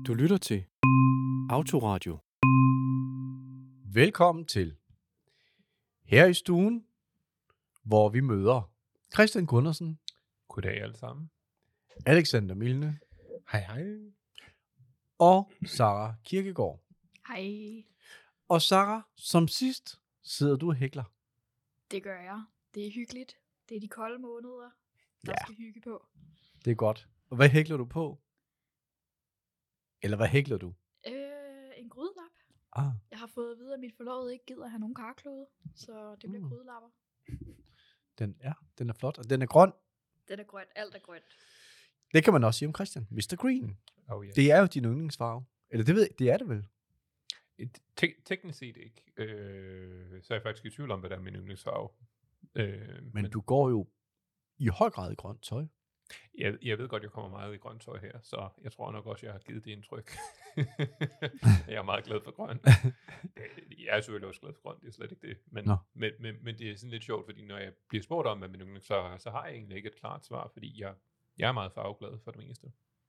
Du lytter til Autoradio. Velkommen til. Her i stuen, hvor vi møder Christian Gundersen, Goddag alle sammen. Alexander Milne Hej hej. og Sara Kirkegaard. Hej, Og Sara, som sidst sidder du og hækler. det gør jeg. Det er hyggeligt. Det er de kolde måneder, der Ja. skal hygge på. Det er godt. Og hvad hækler du på? Eller hvad hækler du? En grydelap. Ah, Jeg har fået at vide, at mit forlovede ikke gider have nogen karklode, så det bliver grydelapper. den er flot, og den er grøn. Den er grøn. Alt er grønt. Det kan man også sige om Christian. Mr. Green. Oh, yes. Det er jo din yndlingsfarve. Eller det ved jeg, det er det vel? Teknisk set ikke. Så er jeg faktisk i tvivl om, hvad der er min yndlingsfarve. Men du går jo i høj grad i grønt tøj. Jeg ved godt, jeg kommer meget i grønt tøj her, så jeg tror nok også, jeg har givet det indtryk. Jeg er meget glad for grøn. Jeg er selvfølgelig også glad for grøn, det er slet ikke det. Men det er sådan lidt sjovt, fordi når jeg bliver spurgt om, hvad min yndlings, så har jeg egentlig ikke et klart svar, fordi jeg er meget farveglad for det meste.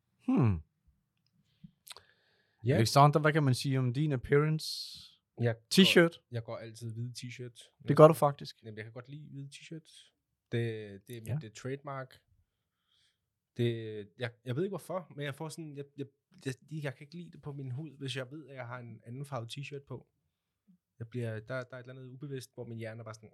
Ja. Alexander, hvad kan man sige om din appearance? T-shirt? Jeg går altid hvide t-shirt. Det gør du faktisk. Jamen, jeg kan godt lide hvide t-shirt. Det er mit trademark. Jeg ved ikke hvorfor, men jeg får sådan, jeg kan ikke lide det på min hud, hvis jeg ved, at jeg har en anden farve t-shirt på. Der er et eller andet ubevidst, hvor min hjerne er bare sådan,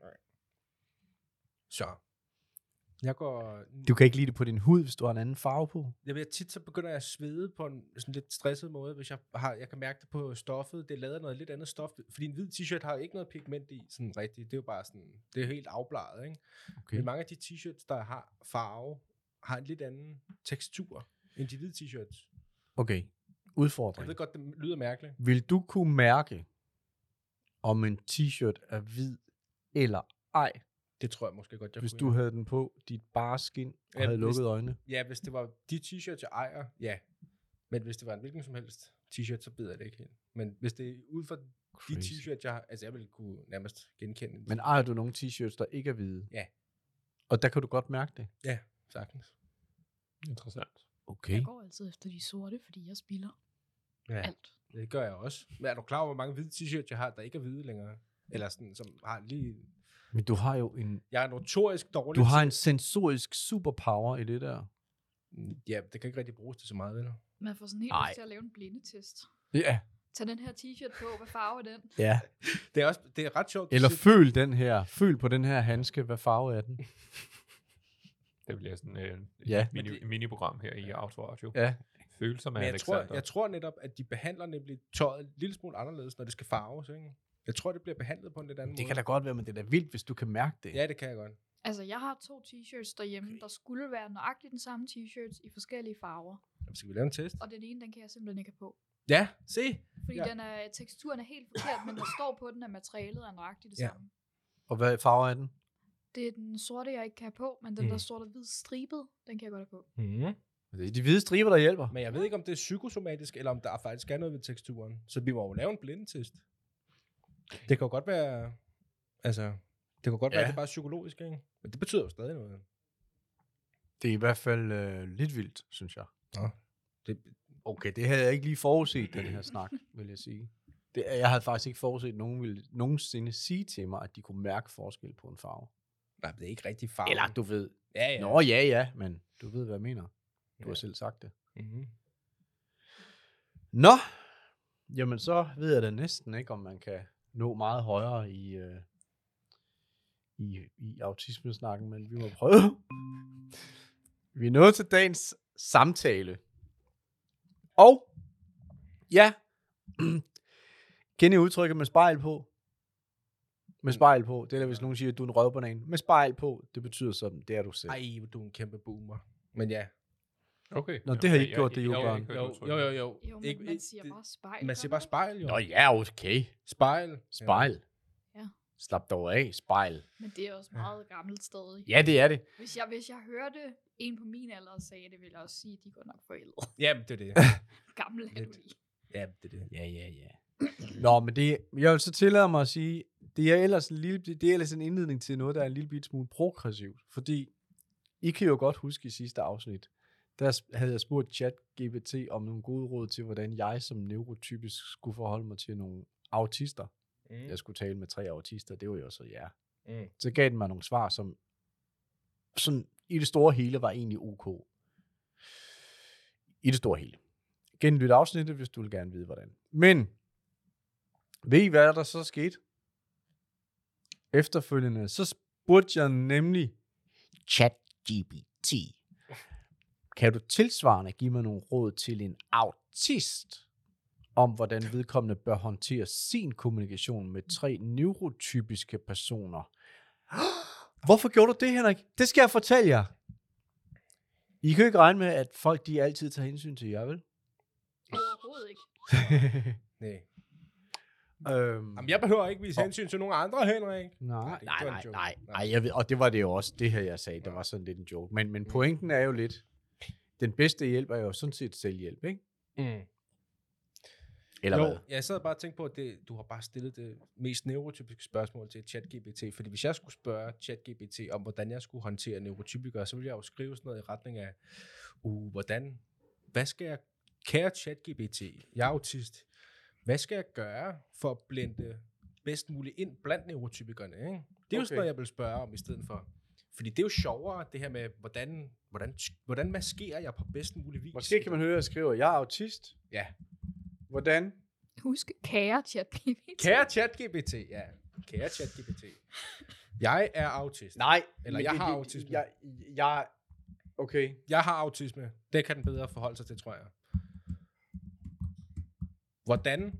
så. Jeg går... Du kan ikke lide det på din hud, hvis du har en anden farve på? Jeg ved, tit så begynder jeg at svede på en sådan lidt stresset måde, hvis jeg kan mærke det på stoffet. Det lader noget lidt andet stof, fordi en hvid t-shirt har ikke noget pigment i, sådan rigtigt. Det er jo bare sådan, det er helt afbladet, ikke? Okay. Men mange af de t-shirts, der har farve, har en lidt anden tekstur end de hvide t-shirts. Okay, udfordring. Jeg ved godt, det lyder mærkeligt. Vil du kunne mærke, om en t-shirt er hvid eller ej? Det tror jeg måske godt, jeg hvis kunne. Du havde den på, dit bare skin, og havde lukket øjnene? Ja, hvis det var de t-shirts, jeg ejer, ja. Men hvis det var en hvilken som helst t-shirt, så bider jeg det ikke helt. Men hvis det er ud fra de t-shirts, jeg har, altså jeg ville kunne nærmest genkende. Men ejer du nogle t-shirts, der ikke er hvide? Ja. Og der kan du godt mærke det? Ja, sagtens. Interessant. Okay. Jeg går altid efter de sorte, fordi jeg spilder alt. Det gør jeg også. Men er du klar over, hvor mange hvide t-shirts, jeg har, der ikke er hvide længere? Eller sådan, som har lige... Men du har jo en... Jeg er notorisk dårlig. Du har en sensorisk superpower i det der. Ja, det kan ikke rigtig bruges til så meget, vel? Man får sådan helt lyst til at lave en blindetest. Ja. Tag den her t-shirt på, hvad farve er den? Ja. Det er ret sjovt. Eller føl den her. Føl på den her handske, hvad farve er den? Det bliver sådan et mini-program her i Autoradio. Ja. Følelser med Men Alexander. jeg tror netop, at de behandler nemlig tøjet en lille smule anderledes, når det skal farves, ikke? Jeg tror, det bliver behandlet på en lidt anden måde. Det kan da godt være, men det er da vildt, hvis du kan mærke det. Ja, det kan jeg godt. Altså, jeg har 2 t-shirts derhjemme, der skulle være nøjagtigt den samme t-shirts i forskellige farver. Jamen, skal vi lave en test? Og den ene, den kan jeg simpelthen ikke have på. Ja, se! Fordi teksturen er helt forkert, men der står på den, at materialet er nøjagtigt det samme. Og hvad farve er den? Det er den sorte, jeg ikke kan have på, men den der står der hvid stribet, den kan jeg godt have på. Det er de hvide striber, der hjælper. Men jeg ved ikke, om det er psykosomatisk, eller om der faktisk er noget ved teksturen. Så vi må jo lave en blindetest. Det kan jo godt være, altså, det kan godt være, at det er bare psykologisk, ikke? Men det betyder jo stadig noget. Det er i hvert fald lidt vildt, synes jeg. Ja. Okay, det havde jeg ikke lige forudset, den her snak, vil jeg sige. Jeg havde faktisk ikke forudset, at nogen ville nogensinde sige til mig, at de kunne mærke forskel på en farve. Nej, det er ikke rigtig farve. Eller du ved. Ja. Nå, ja, men du ved, hvad jeg mener. Du har selv sagt det. Mm-hmm. Nå, jamen så ved jeg da næsten ikke, om man kan nå meget højere i autismesnakken, men vi må prøve. Vi er nået til dagens samtale. Og, ja, kender I udtrykket med spejl på? Med spejl på. Det er da, hvis nogen siger, at du er en røvbanan. Med spejl på, det betyder sådan, det er du selv. Ej, du er en kæmpe boomer. Men ja. Okay. Nå, det har I ikke gjort, det jo børn. Jo. Jo, men man siger bare spejl. Man siger bare spejl, jo. Nå ja, okay. Spejl. Ja. Slap dog af, spejl. Men det er også meget gammelt stadig. Ja, det er det. Hvis jeg hørte en på min alder sagde det, ville jeg også sige, at de går nok forældre. Jamen, det er det. Gammel er du i. Ja, det er det. Ja. Nå, men jeg vil så tillade mig at sige, det er ellers en indledning til noget, der er en lille bit smule progressivt. Fordi I kan jo godt huske i sidste afsnit, der havde jeg spurgt ChatGPT om nogle gode råd til, hvordan jeg som neurotypisk skulle forholde mig til nogle autister. Jeg skulle tale med 3 autister, det var jo så Så gav den mig nogle svar, som sådan i det store hele var egentlig ok. I det store hele. Genlyt afsnittet, hvis du vil gerne vide, hvordan. Men, ved I, hvad der så skete? Efterfølgende, så spurgte jeg nemlig ChatGPT. Kan du tilsvarende give mig nogle råd til en autist, om hvordan vedkommende bør håndtere sin kommunikation med 3 neurotypiske personer? Hvorfor gjorde du det, Henrik? Det skal jeg fortælle jer. I kan jo ikke regne med, at folk de altid tager hensyn til jer, vel? Overhovedet ikke. Nej. Jamen, jeg behøver ikke vise hensyn til nogen andre, Henrik. Nej, jeg ved, og det var det jo også, det her jeg sagde, det var sådan lidt en joke. Men pointen er jo lidt, den bedste hjælp er jo sådan set selvhjælp, ikke? Eller jo, hvad? jeg sad bare og tænkte på, at du har bare stillet det mest neurotypiske spørgsmål til ChatGPT, fordi hvis jeg skulle spørge ChatGPT om, hvordan jeg skulle håndtere neurotypikere, så ville jeg jo skrive sådan noget i retning af, hvad skal jeg, kære ChatGPT, jeg er autist, hvad skal jeg gøre for at blende bedst muligt ind blandt neurotypikerne, ikke? Det er jo sådan noget, jeg vil spørge om i stedet for. Fordi det er jo sjovere, det her med, hvordan maskerer jeg på bedst mulig vis. Måske kan man høre, at jeg skriver, jeg er autist. Ja. Hvordan? Husk, kære ChatGPT. Kære ChatGPT, ja. Kære ChatGPT. Jeg er autist. Nej. Eller jeg har autisme. Okay. Jeg har autisme. Det kan den bedre forholde sig til, tror jeg. Hvordan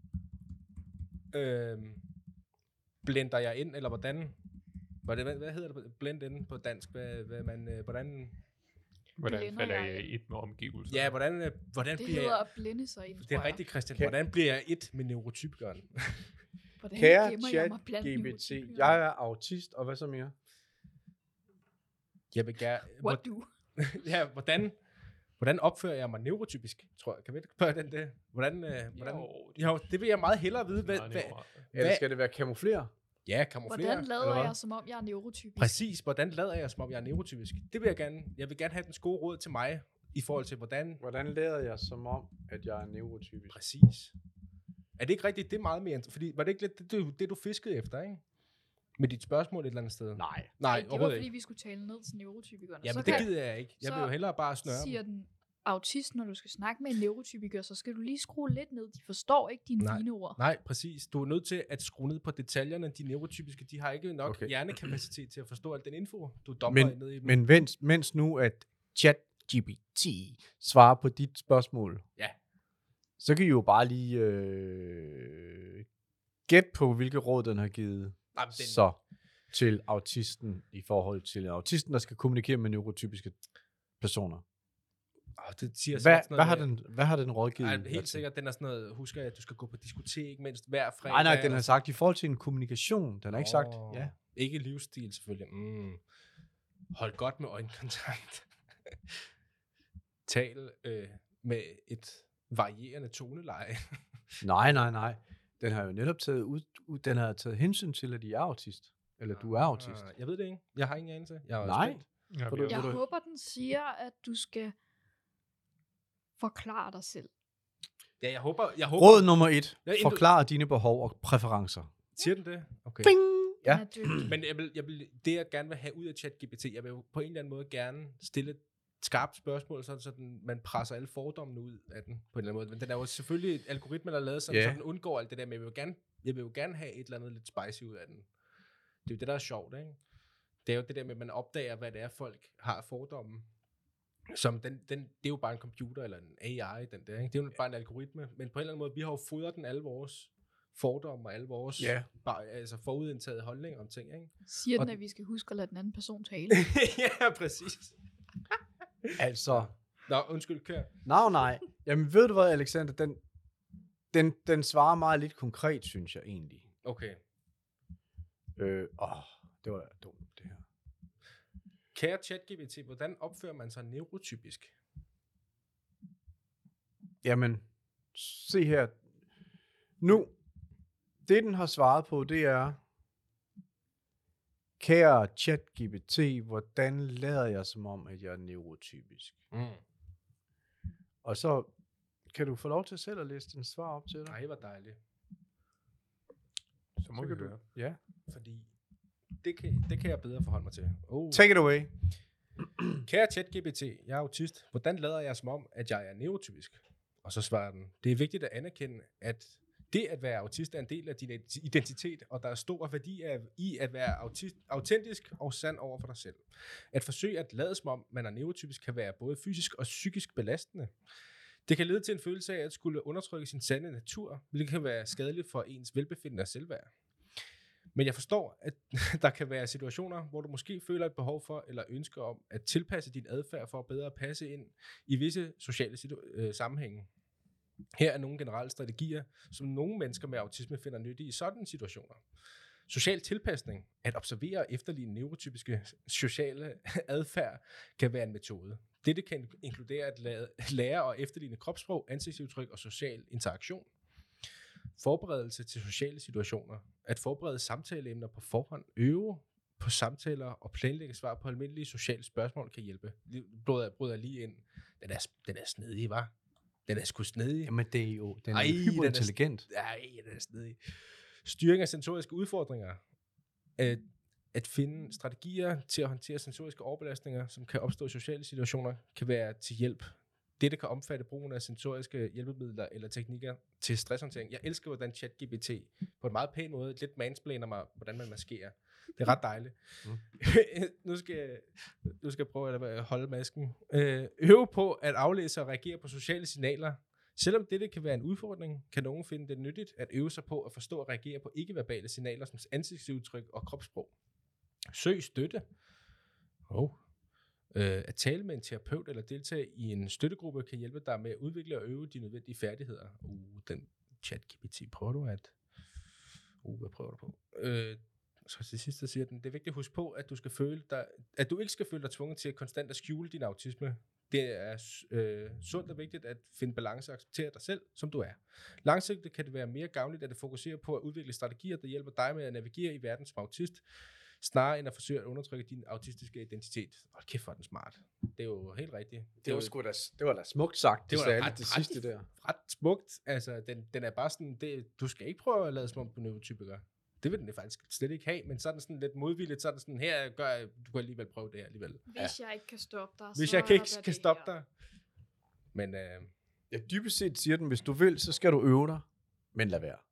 blender jeg ind, eller hvordan hvad hedder det? Blend ind på dansk. Hvordan falder jeg i et med omgivelser? Ja, hvordan det bliver hedder at blinde sig ind, Det er rigtigt, Christian. Hvordan bliver jeg et med neurotypikeren? Kære ChatGPT, jeg er autist, og hvad så mere? Jeg vil gerne... What do? Ja, hvordan opfører jeg mig neurotypisk, tror jeg. Kan vi ikke spørge den det? Jo, det vil jeg meget hellere vide. Eller skal det være kamuflere? Ja, kamuflere. Hvordan lader jeg, som om jeg er neurotypisk? Præcis, hvordan lader jeg, som om jeg er neurotypisk? Det vil jeg gerne. Jeg vil gerne have den gode råd til mig, i forhold til hvordan... Hvordan lader jeg, som om, at jeg er neurotypisk? Præcis. Er det ikke rigtigt? Det er meget mere... Fordi var det ikke lidt det, du fiskede efter, ikke? Med dit spørgsmål et eller andet sted? Nej, det var fordi, vi skulle tale ned til neurotypikerne. Jamen, det gider jeg ikke. Jeg vil jo hellere bare snøre siger den autist, når du skal snakke med en neurotypiker, så skal du lige skrue lidt ned. De forstår ikke dine fine ord. Nej, præcis. Du er nødt til at skrue ned på detaljerne. De neurotypiske, de har ikke nok hjernekapacitet til at forstå al den info, du dumper ned i dem. Men mens nu, at ChatGPT svarer på dit spørgsmål, så kan I jo bare lige gætte på, hvilke råd den har givet så til autisten i forhold til autisten, der skal kommunikere med neurotypiske personer. Det siger hvad har den rådgivet? Helt sikkert, den er sådan noget, husker jeg, at du skal gå på diskotek mindst hver fredag. Nej, den har sagt i forhold til en kommunikation. Den har ikke sagt, Ikke livsstil selvfølgelig. Hold godt med øjenkontakt. Tal med et varierende toneleje. Nej. Den har jo netop taget hensyn til, at de er autist. Eller du er autist. Jeg ved det ikke. Jeg har ingen anelse. Jeg håber, den siger, at du skal forklare dig selv. Ja, jeg håber. Råd nummer 1. Forklar dine behov og præferencer. Siger den det? Okay. Bing! Ja. Men det jeg gerne vil have ud af ChatGPT, jeg vil jo på en eller anden måde gerne stille et skarpt spørgsmål, så man presser alle fordommene ud af den på en eller anden måde. Men den er jo selvfølgelig et algoritme, der er lavet sådan, så den undgår alt det der, men jeg vil jo gerne have et eller andet lidt spicy ud af den. Det er jo det, der er sjovt, ikke? Det er jo det der med, at man opdager, hvad det er, folk har af fordomme. Som det er jo bare en computer eller en AI, den der, ikke? Det er jo bare en algoritme, men på en eller anden måde, vi har jo fodret den alle vores fordomme og alle vores forudindtaget holdninger om ting, ikke? Siger den, at vi skal huske at lade den anden person tale? Ja, præcis. Altså. Nå, undskyld, kør. Nej. Jamen, ved du hvad, Alexander? Den svarer meget lidt konkret, synes jeg egentlig. Okay. Det var dumt, det her. Kære ChatGPT, hvordan opfører man sig neurotypisk? Jamen, se her. Nu, det den har svaret på, det er, kære ChatGPT, hvordan lader jeg som om, at jeg er neurotypisk? Og så kan du få lov til selv at læse din svar op til dig. Nej, hvor dejligt. Så må Så vi kan du- høre. Ja. Fordi det kan jeg bedre forholde mig til. Take it away. Kære ChatGPT, jeg er autist. Hvordan lader jeg som om, at jeg er neurotypisk? Og så svarer den, det er vigtigt at anerkende, at det at være autist er en del af din identitet, og der er stor værdi i at være autentisk og sand over for dig selv. At forsøge at lade som om, man er neurotypisk, kan være både fysisk og psykisk belastende. Det kan lede til en følelse af at skulle undertrykke sin sande natur, hvilket kan være skadeligt for ens velbefindende og selvværd. Men jeg forstår, at der kan være situationer, hvor du måske føler et behov for eller ønsker om at tilpasse din adfærd for at bedre passe ind i visse sociale sammenhænge. Her er nogle generelle strategier, som nogle mennesker med autisme finder nyttige i sådanne situationer. Social tilpasning, at observere og efterligne neurotypiske sociale adfærd, kan være en metode. Dette kan inkludere at lære og efterligne kropssprog, ansigtsudtryk og social interaktion. Forberedelse til sociale situationer. At forberede samtaleemner på forhånd, øve på samtaler og planlægge svar på almindelige sociale spørgsmål kan hjælpe. Bryder lige ind. Den er snedig, hva'? Den er sgu snedig. Jamen, det er jo... Den Ej, er den er hyperintelligent. Nej, den er snedig. Styring af sensoriske udfordringer. At finde strategier til at håndtere sensoriske overbelastninger, som kan opstå i sociale situationer, kan være til hjælp. Dette kan omfatte brugen af sensoriske hjælpemidler eller teknikker til stresshåndtering. Jeg elsker, hvordan ChatGPT på en meget pæn måde lidt mansplainer mig, hvordan man maskerer. Det er ret dejligt. Nu skal jeg prøve at holde masken. Øve på at aflæse og reagere på sociale signaler. Selvom dette kan være en udfordring, kan nogen finde det nyttigt at øve sig på at forstå og reagere på ikke-verbale signaler som ansigtsudtryk og kropssprog. Søg støtte. At tale med en terapeut eller deltage i en støttegruppe kan hjælpe dig med at udvikle og øve de nødvendige færdigheder. Den ChatGPT prøver du at... hvad prøver du på? Så til sidst siger den, det er vigtigt at huske på, at du ikke skal føle dig tvunget til at konstant at skjule din autisme. Det er sundt og vigtigt at finde balance og acceptere dig selv, som du er. Langsigtet kan det være mere gavnligt at fokusere på at udvikle strategier, der hjælper dig med at navigere i verden som autist, snarere end at forsøge at undertrykke din autistiske identitet. Hold kæft, hvor er den smart. Det er jo helt rigtigt. Det var da smukt sagt. Det var sagde da lidt det sidste der. ret smukt. Altså, den er bare sådan, du skal ikke prøve at lade som om du er neurotypiker. Det vil den faktisk slet ikke have, men så er den sådan lidt modvilligt, så er den sådan, du kan alligevel prøve det her alligevel. Hvis jeg ikke kan stoppe dig, Hvis så jeg ikke er kan det stoppe her. dig. Men Ja, dybest set siger den, hvis du vil, så skal du øve dig, men lad være.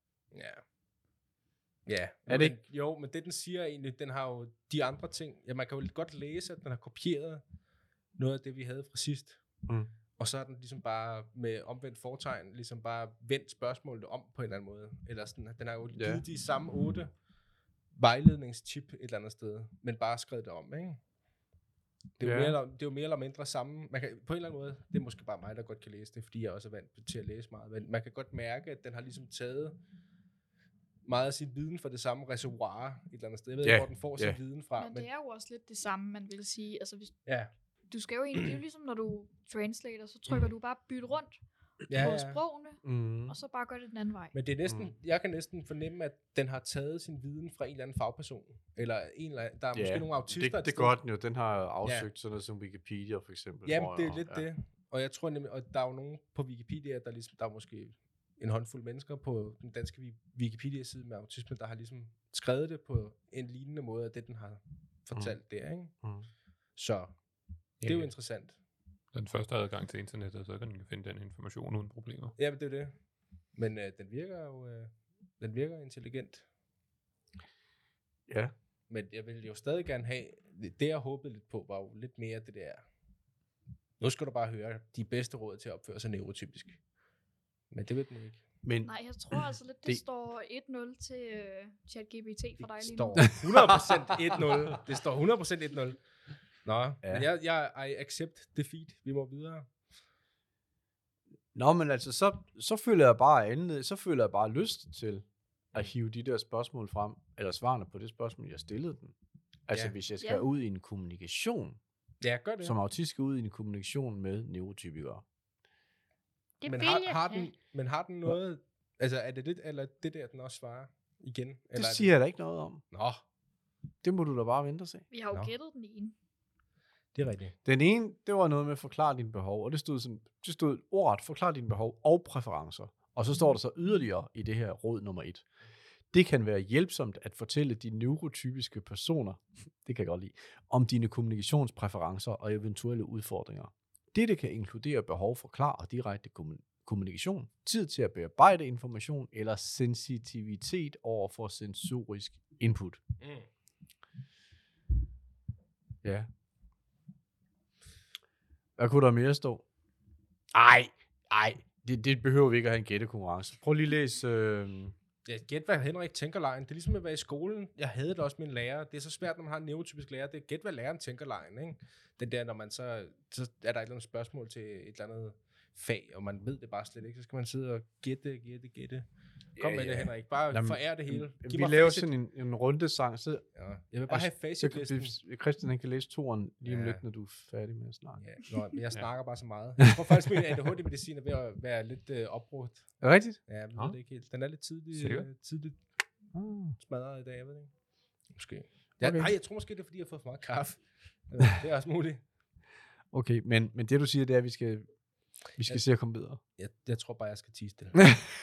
ja. Er det ikke? Jo, men det den siger egentlig, den har jo de andre ting. Ja, man kan jo godt læse, at den har kopieret noget af det, vi havde fra sidst. Mm. Og så er den ligesom bare med omvendt fortegn, ligesom bare vendt spørgsmålet om på en eller anden måde. Eller sådan, den har jo givet de samme 8 vejledningstip et eller andet sted, men bare skrevet det om, ikke? Det er jo mere eller mindre samme. Man kan, på en eller anden måde, det er måske bare mig, der godt kan læse det, fordi jeg også er vant til at læse meget, men man kan godt mærke, at den har ligesom taget meget af sin viden fra det samme reservoir et eller andet sted. Jeg ved ikke, hvor den får sin viden fra. Men det er jo også lidt det samme, man vil sige. Altså, hvis ja. Du skal jo egentlig, det er jo ligesom, når du translater, så trykker du bare byt rundt på sprogene, og så bare gør det den anden vej. Men det er næsten, jeg kan næsten fornemme, at den har taget sin viden fra en eller anden fagperson. Eller en eller anden, der er måske nogle autister. Det gør den jo. Den har afsøgt sådan noget som Wikipedia for eksempel. Jamen, det er lidt det. Og jeg tror nemlig, og der er jo nogen på Wikipedia, der er måske en håndfuld mennesker på den danske Wikipedia-side med autisme, der har ligesom skrevet det på en lignende måde, af det den har fortalt der, ikke? Så det er jo interessant. Den første adgang til internettet, så kan den finde den information uden problemer. Ja, men det er det. Men den virker jo den virker intelligent. Ja. Men jeg vil jo stadig gerne have, det jeg håbede lidt på, var jo lidt mere det der, nu skal du bare høre de bedste råd til at opføre sig neurotypisk. Men det ved den ikke. Men nej, jeg tror altså lidt, det står 1-0 til ChatGPT for dig lige nu. Det står 100% 1-0. Det står 100% 1-0. Nå, men I accept defeat. Vi må videre. Nå, men altså, så føler jeg bare lyst til at hive de der spørgsmål frem, eller svarene på det spørgsmål, jeg stillede den. Altså, hvis jeg skal ud i en kommunikation, gør det. som autist skal ud i en kommunikation med neurotypikere. Men har den noget, altså er det det, eller det der, den også svarer igen? Det eller siger jeg da ikke noget om. Nå. Det må du da bare vente og se. Vi har jo gættet den ene. Det er rigtigt. Den ene, det var noget med at forklare dine behov, og det stod ordret, forklare dine behov og præferencer. Og så står der så yderligere i det her råd nummer 1. Det kan være hjælpsomt at fortælle de neurotypiske personer, det kan jeg godt lide, om dine kommunikationspræferencer og eventuelle udfordringer. Dette kan inkludere behov for klar og direkte kommunikation, tid til at bearbejde information eller sensitivitet over for sensorisk input. Ja. Hvad kunne der mere stå? Ej, det behøver vi ikke at have en gættekonkurrence. Prøv lige at læse... Gæt, hvad Henrik tænker lejen. Det er ligesom at være i skolen. Jeg havde det også med en lærer. Det er så svært, når man har en neurotypisk lærer. Det er gæt, hvad læreren tænker lejen, ikke? Den der, når man så er der et eller andet spørgsmål til et eller andet fag, og man ved det bare slet ikke, så skal man sidde og gætte. Kom med det, Henrik. Bare forære det hele. Vi laver sådan en rundesang. Så, jeg vil bare have facitlisten. Christian, han kan læse toren lige om lidt, når du er færdig med at snakke. Ja. Men jeg snakker bare så meget. Jeg tror faktisk, min ADHD-medicin er ved at være lidt opbrugt. Er det rigtigt? Ja, jeg ved det ikke helt. Den er lidt tidligt smadret i dag, jeg ved det ikke. Måske. Jeg tror måske, det er, fordi jeg har fået for meget kaffe. Det er også muligt. Okay, men det du siger, det er, at vi skal se at komme videre. Jeg tror bare, jeg skal tie stille.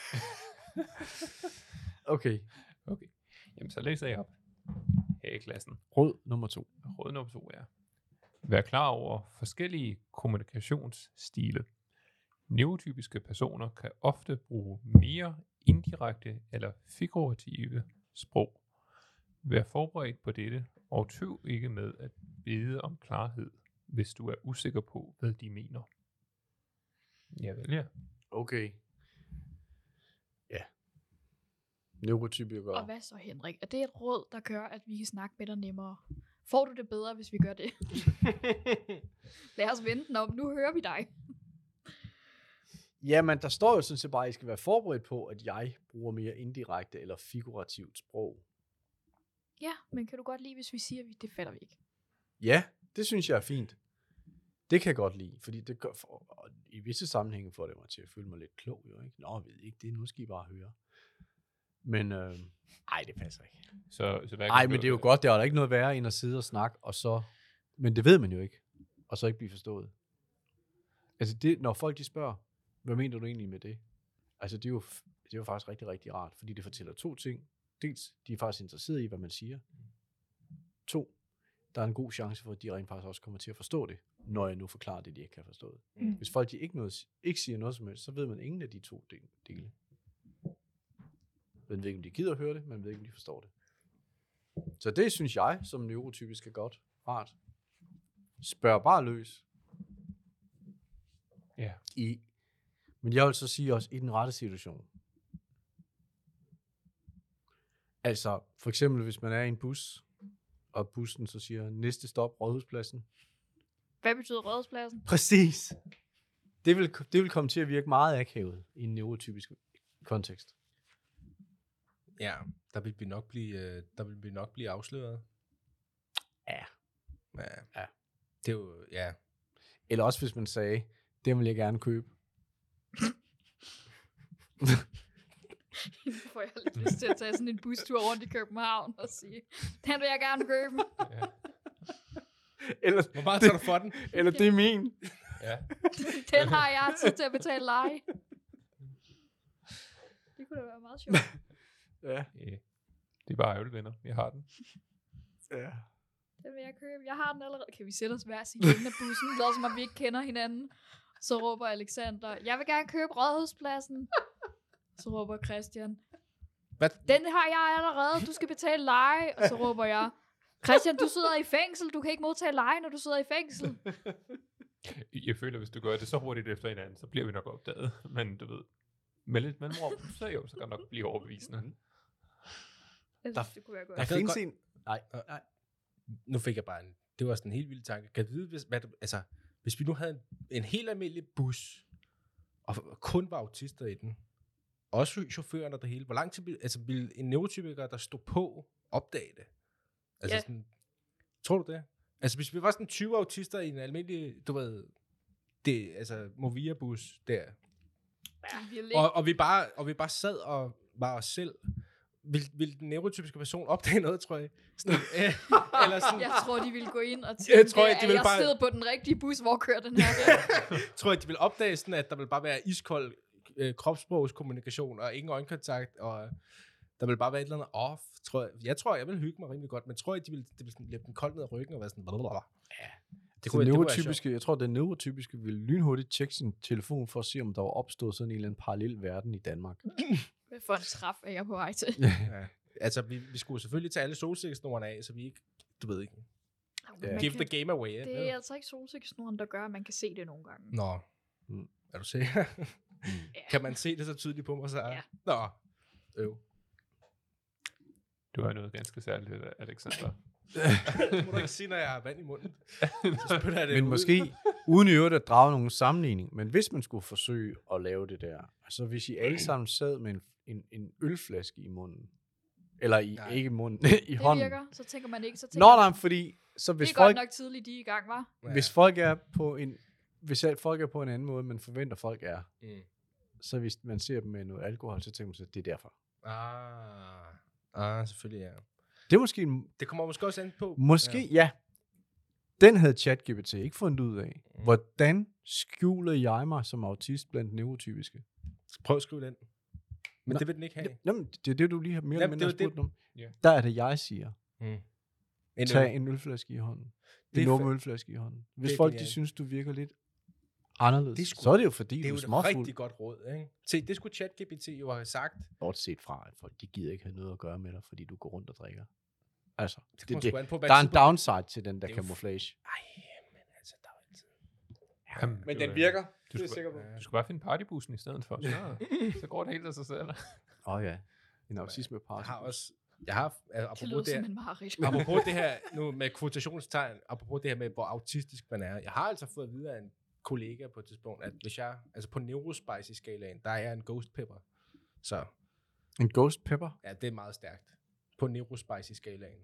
Okay. Jamen, så læser jeg op her i klassen. Råd nummer 2. Råd nummer 2 er: vær klar over forskellige kommunikationsstile. Neurotypiske personer kan ofte bruge mere indirekte eller figurative sprog. Vær forberedt på dette, og tøv ikke med at bede om klarhed, hvis du er usikker på, hvad de mener. Ja. Okay. Ja. Neurotypikere. Og hvad så, Henrik? Er det et råd, der gør, at vi kan snakke med dig nemmere? Får du det bedre, hvis vi gør det? Lad os vente den om. Nu hører vi dig. Jamen, der står jo sådan set bare, at I skal være forberedt på, at jeg bruger mere indirekte eller figurativt sprog. Ja, men kan du godt lide, hvis vi siger, at det fatter vi ikke? Ja, det synes jeg er fint. Det kan jeg godt lide, fordi det gør i visse sammenhænge får det mig til at føle mig lidt klog, jo ikke? Nå, jeg ved ikke det, nu skal I bare høre. Men, det passer ikke. Så men det er jo godt, der er der ikke noget værre end at sidde og snakke, og så, men det ved man jo ikke, og så ikke blive forstået. Altså, det, når folk de spørger, hvad mener du egentlig med det? Altså, det er jo faktisk rigtig, rigtig rart, fordi det fortæller 2 ting. Dels, de er faktisk interesseret i, hvad man siger. 2, der er en god chance for, at de rent faktisk også kommer til at forstå det, når jeg nu forklarer det, de ikke kan forstå det. Hvis folk de ikke siger noget som helst, så ved man ingen af de 2 dele. Man ved ikke, om de gider at høre det, man ved ikke, om de forstår det. Så det synes jeg, som neurotypisk er godt. Rart. Spørg bare løs. Ja. Men jeg vil så sige også, i den rette situation. Altså, for eksempel, hvis man er i en bus, og bussen så siger, næste stop, Rådhuspladsen. Hvad betyder Rådhuspladsen? Præcis. Det vil komme til at virke meget akavet i en neurotypisk kontekst. Ja, der vil vi nok blive afsløret. Ja. Det er jo, ja. Eller også hvis man sagde, det vil jeg gerne købe. Nu får jeg lidt lyst til at tage sådan en bustur rundt i København og sige, den vil jeg gerne købe. Ja. Eller, hvor meget tager du for den? Eller det er min. Ja. Den har jeg tid til at betale leje. Det kunne da være meget sjovt. Ja. Det er bare ærgerligt, venner. Jeg har den. Ja. Den vil jeg købe. Jeg har den allerede. Kan vi sætte os hver sin ende af bussen? Lad os, om vi ikke kender hinanden. Så råber Alexander, jeg vil gerne købe Rådhuspladsen. Så råber Christian, hvad? Den har jeg allerede. Du skal betale leje. Og så råber jeg, Christian, du sidder i fængsel. Du kan ikke modtage leje, når du sidder i fængsel. Jeg føler, hvis du gør det så hurtigt efter hinanden, så bliver vi nok opdaget. Men du ved, med lidt mellemrum, så kan det nok blive overbevisende. Jeg synes, det kunne være godt. Der findes en... Nej. Nu fik jeg bare det var sådan en helt vild tanke. Kan du vide, hvis vi nu havde en helt almindelig bus, og kun var autister i den, også chaufføren og det hele, hvor lang tid ville en neurotypiker, der stod på, opdage det? Altså sådan, tror du det? Altså hvis vi var sådan 20 autister i en almindelig, du ved, Movia-bus der, og vi bare sad og var os selv, vil den neurotypiske person opdage noget, tror jeg? Sådan, eller sådan, Jeg tror, de ville gå ind og tænke, Jeg tror, de at vil jeg bare- sidder på den rigtige bus, hvor kører den her hen? tror jeg, de vil opdage sådan, at der vil bare være iskold kropssprogskommunikation og ingen øjenkontakt, og der vil bare være et eller andet off, tror jeg. Jeg vil hygge mig rimelig godt, men tror jeg, de vil sådan lægge den koldt ned ad ryggen og være sådan, blablabla. Det kunne være neurotypiske, jeg tror, den neurotypiske ville lynhurtigt tjekke sin telefon for at se, om der var opstået sådan en eller anden parallel verden i Danmark. Hvad for en straf er jeg på vej til? Ja. Altså, vi skulle selvfølgelig tage alle solsikkesnorene af, så vi ikke, du ved ikke, Man give kan- the game away. Det er altså ikke solsikkesnoren, der gør, at man kan se det nogle gange. Nå. Mm. Er du sikker? Kan man se det så tydeligt på mig, så? Ja. Nå. Øv. Du har noget ganske særligt, Alexander. Det må du ikke sige, når jeg har vand i munden. Så spytter jeg det Men ud. måske, uden i øvrigt at drage nogen sammenligning, men hvis man skulle forsøge at lave det der, altså hvis I alle sammen sad med en ølflaske i munden, eller Nej. ikke i munden, i Det hånden. virker, så tænker man ikke, så tænker Nå, man, nej, fordi så det hvis er folk, godt nok tidligt, de er i gang, var. Ja. hvis folk er på en, hvis folk er på en anden måde, man forventer folk er, Mm. så hvis man ser dem med noget alkohol, så tænker man sig, det er derfor. Selvfølgelig, ja. Det er måske, Det kommer måske også an på. ja. Den havde ChatGPT ikke fundet ud af. Mm. Hvordan skjuler jeg mig som autist blandt neurotypiske? Prøv at skrive den. Men Nå, det vil den ikke have. Jamen, det er det, du lige har mere eller Jamen, mindre det er jo spurgt om. Ja. Der er det, jeg siger. En Tag øl. en ølflaske i hånden. Det En er åben ølflaske i hånden. Hvis Det er folk de genialt. synes, du virker lidt anderledes, Det er sgu- så er det jo fordi, Det du er er jo et småfuld. rigtig godt råd, ikke? Se, det skulle ChatGPT jo have sagt. Bortset fra, at folk de gider ikke have noget at gøre med dig, fordi du går rundt og drikker. Altså, Det kommer sgu an på, hvad der er en tidspunkt- downside til den der Det er jo camouflage. Ej, men altså, der er jo altid. Jamen, Men det den var- virker. Du Det er jeg skulle, sikker på. du skulle bare finde partybussen i stedet for. Så går det helt af sig selv. Ja. En autisme Jeg har party. også... Jeg har, altså, Det apropos lyder det, som her, en mareridt. apropos det her, nu med kvotationstegn, apropos det her med, hvor autistisk man er. Jeg har altså fået at vide af en kollega på et tidspunkt, at hvis jeg, altså på neurospicy-skalaen, der er jeg en ghost pepper. Så En ghost pepper? ja, det er meget stærkt. På neurospicy-skalaen.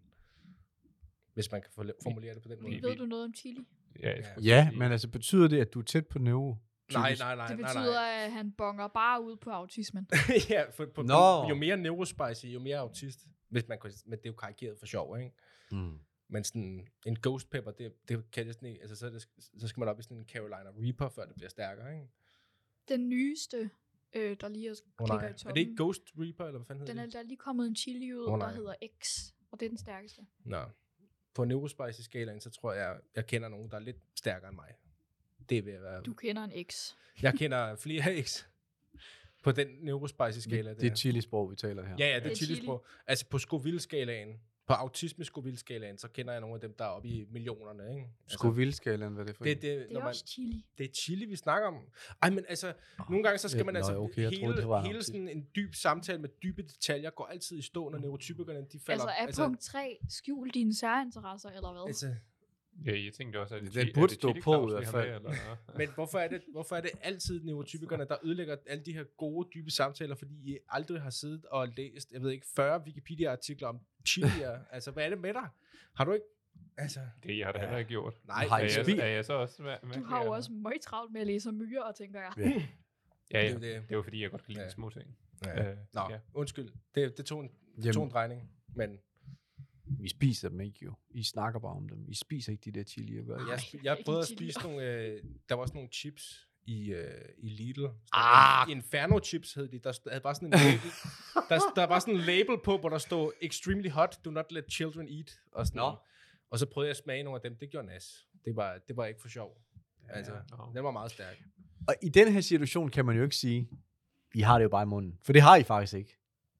Hvis man kan formulere det på den måde. Ved du noget om chili? Ja, jeg skulle Ja, sige- men altså betyder det, at du er tæt på neuro? Nej. Det betyder, at han bonger bare ud på autismen. Ja, for Nå. jo mere neurospicy, jo mere autist. Hvis man kunne, men det er jo karikeret for sjov, ikke? Mm. Men sådan en ghost pepper, det kan det sådan ikke, altså så skal man op i sådan en Carolina Reaper, før det bliver stærkere, ikke? Den nyeste, der lige er klikker i Er toppen. det ikke Ghost Reaper, eller hvad fanden Den hedder er, det? der er lige kommet en chili ud, Nej. der hedder X. Og det er den stærkeste. Nå. På neurospicy-skalaen, så tror jeg kender nogen, der er lidt stærkere end mig. Det vil være... Du kender en X. Jeg kender flere X på den neurospicy-skala. Det er chilisprog, vi taler her. Ja, det er Det er chilisprog. Altså på Scoville-skalaen, på autisme-Scoville-skalaen, så kender jeg nogle af dem, der er oppe i millionerne, ikke? Altså, Scoville-skalaen, hvad er det for en? det, Det når er også chili. det er chili, vi snakker om. Ej, men altså, nogle gange så skal man altså, okay, jeg troede, det var en hele autist. sådan en dyb samtale med dybe detaljer går altid i stå, når neurotypikerne, de falder Altså er punkt 3, skjul dine særinteresser, eller hvad? altså, Ja, jeg tænkte også, at Den er burde det stå Chili på Claus, i vi hvert har fald. med, eller? men hvorfor er det altid neurotypikerne, der ødelægger alle de her gode, dybe samtaler, fordi I aldrig har siddet og læst, jeg ved ikke, 40 Wikipedia-artikler om chilier? Altså, hvad er det med dig? Har du ikke, altså... Det jeg har da heller ikke gjort. Nej, Har I Er spi- jeg så også med? Du har jo også meget travlt med at læse om myrer, tænker jeg. Ja. Ja, Det er ja. jo det. Det er jo fordi, jeg godt kan lide Ja. de små ting. Ja. Nå, Ja. undskyld. Det tog en Jamen, drejning, men vi spiser dem ikke jo. I snakker bare om dem. I spiser ikke de der chilier, gør I? jeg ikke prøvede at chili. spise nogle, der var sådan nogle chips i Lidl. Ah! Inferno chips hed de. Der havde bare sådan en label. der var sådan en label på, hvor der stod extremely hot, do not let children eat. Og, sådan. Nå. Og så prøvede jeg at smage nogle af dem. Det gjorde nas. Det var ikke for sjov. Altså, Nå. den var meget stærk. Og i den her situation kan man jo ikke sige, I har det jo bare i munden. For det har I faktisk ikke.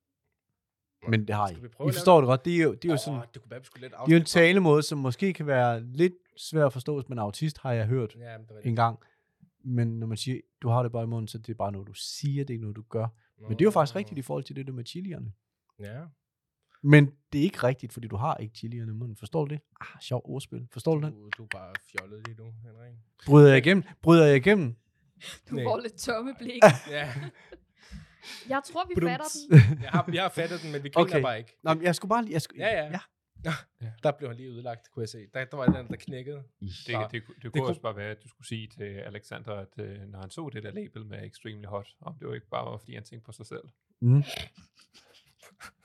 Men det har I. Skal vi prøve I at lave forstår det godt. Det er jo sådan, det kunne være, vi skulle lidt det er jo en afsnit. talemåde, som måske kan være lidt svær at forstå, hvis man er autist, har jeg hørt Ja, men det var en gang. Men når man siger, du har det bare i munden, så det er bare noget, du siger, det er ikke noget, du gør. Men det er jo faktisk rigtigt i forhold til det der med chilierne. Ja. Men det er ikke rigtigt, fordi du har ikke chilierne i munden. Forstår du det? Sjov ordspil. Forstår du den? Du er bare fjollet lige nu, Henrik. Bryder jeg igennem? Bryder jeg igennem? Du Nej. får lidt tomme blik. Ja, Jeg tror, vi Badum. fatter den. jeg har fattet den, men vi griner Okay. bare ikke. Nå, men jeg skulle bare lige... Ja. Der blev han lige udlagt, kunne jeg se. Der var et eller andet, der knækkede. Det kunne også bare være, at du skulle sige til Alexander, at når han så det der label med extremely hot, om det jo ikke bare var, fordi han tænkte på sig selv. Mm.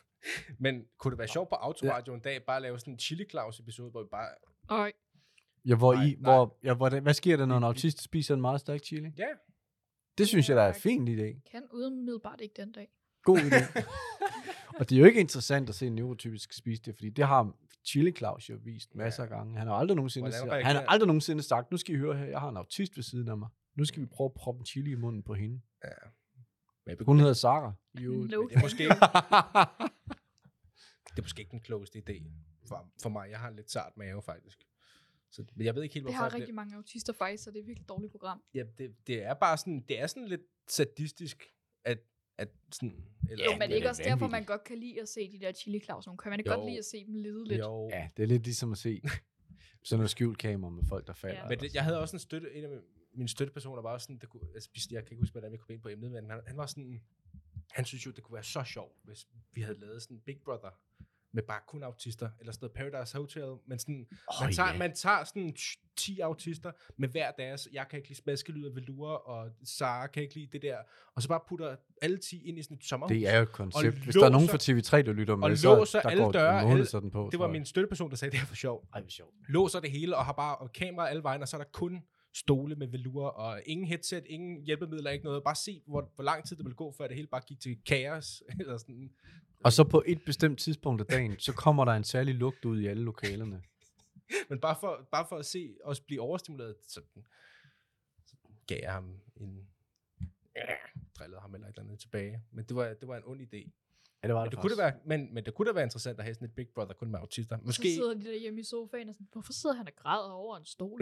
Men kunne det være sjovt på Autoradio en dag, bare lave sådan en Chili Claus episode, hvor vi bare... Øj. Ja, hvad sker der, når en Vi- autist spiser en meget stærk chili? Ja, Det synes jeg, der er en Ja. fin idé. Kan umiddelbart ikke den dag. God idé. Og det er jo ikke interessant at se en neurotypisk spise det, fordi det har Chili Claus jo vist masser af gange. Han har aldrig nogensinde sagt, nu skal I høre her, jeg har en autist ved siden af mig. Nu skal vi prøve at proppe en chili i munden på hende. ja. Men Hun hedder Sarah. Jo. No. det er måske ikke, det er måske ikke den klogeste idé for mig. Jeg har en lidt sart mave, faktisk. Så men jeg ved ikke helt, Det hvorfor... har rigtig mange autister faktisk, så det er virkelig et dårligt program. Ja, det er bare sådan, det er sådan lidt sadistisk, at sådan... Eller, Jo, men det er ikke også derfor, man vanvittigt. godt kan lide at se de der Chili Claus. Kan man ikke Jo. godt lide at se dem lide lidt? Jo. Ja, det er lidt ligesom at se sådan noget skjult kamera med folk, der falder. Ja. Men jeg havde også en af mine støttepersoner var også sådan, jeg kan ikke huske, hvordan vi kom ind på emnet, men han var sådan, han synes jo, det kunne være så sjovt, hvis vi havde lavet sådan Big Brother med bare kun autister, eller sådan noget Paradise Hotel, men sådan, man tager sådan 10 autister med hver deres, jeg kan ikke lide smaskelyd af velour, og Sara kan ikke lide det der, og så bare putter alle 10 ind i sådan et sommerhus. Det er jo et koncept. Og Hvis der er nogen låser- fra TV3, der lytter med, og så låser der alle går døre, en måned alle- sådan på. Det var min støtteperson, der sagde, det er for sjov. Ej, hvor sjovt. Låser det hele, og har bare kamera alle vejen, og så er der kun stole med velour, og ingen headset, ingen hjælpemidler, ikke noget. Bare se, hvor lang tid det ville gå, før det hele bare gik til kaos. Eller sådan. Og så på et bestemt tidspunkt af dagen, så kommer der en særlig lugt ud i alle lokalerne. Men bare for at se os blive overstimuleret, så gav jeg ham en... drillede ham eller et eller andet tilbage. Men det var en ond idé. Ja, det var Men det kunne det være, men det kunne da være interessant at have sådan et Big Brother kun med autister. Så Måske... sidder de der hjemme i sofaen og sådan, hvorfor sidder han og græder over en stol?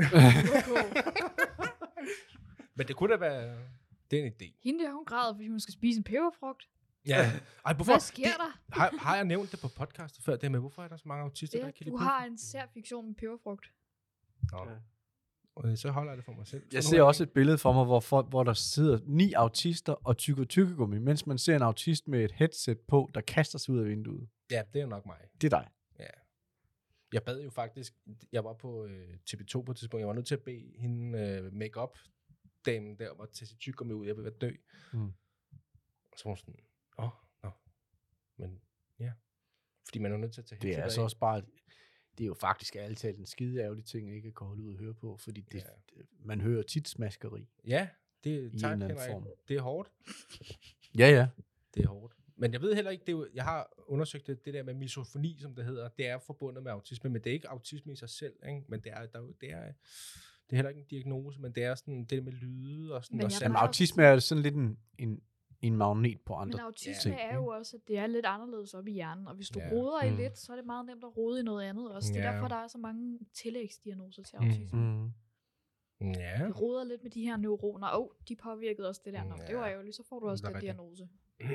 Men det kunne da være... Det er en idé. Hende der, hun græder, fordi hun skal spise en peberfrugt. Ja. Ej, hvorfor? Hvad sker der? Har jeg nævnt det på podcastet før? Det med, hvorfor er der så mange autister, der ikke kan Du lide har en sær fiktion med peberfrugt. Nå. Og så holder jeg det for mig selv. Jeg Så ser nu har også et billede for mig, hvor der sidder 9 autister og tykker tykkegummi, mens man ser en autist med et headset på, der kaster sig ud af vinduet. Ja, det er jo nok mig. Det er dig. Ja. Jeg bad jo faktisk, jeg var på TV2 på et tidspunkt, jeg var nødt til at bede hende make-up damen der, var til sit tykkegummi ud, jeg ville være dø. Mm. Og så var hun sådan, nå. Men ja, fordi man er nødt til at tage Det er headset altså af. også bare, det er jo faktisk ærligt talt en skide ærgerlig ting, ikke at kunne holde ud og høre på, fordi man hører tit smaskeri. Ja, det en tak, eller anden Henrik. form. Det er hårdt. Ja, ja. Det er hårdt. Men jeg ved heller ikke, det er jo, jeg har undersøgt det der med misofoni, som det hedder, det er forbundet med autisme, men det er ikke autisme i sig selv, ikke? Men det er heller ikke en diagnose, men det er sådan det med lyde og sådan. Men Og jeg Jamen, plejer- autisme er sådan lidt en magnet på andre Men autisme ting, er jo også, at det er lidt anderledes op i hjernen, og hvis du Ja. roder i lidt, så er det meget nemt at rode i noget andet også. Det er Ja. derfor, der er så mange tillægsdiagnoser til autisme. Mm. Ja. Vi roder lidt med de her neuroner. De påvirkede også det der. Nå, det var ærgerligt. Så får du også Det er den rigtigt. diagnose.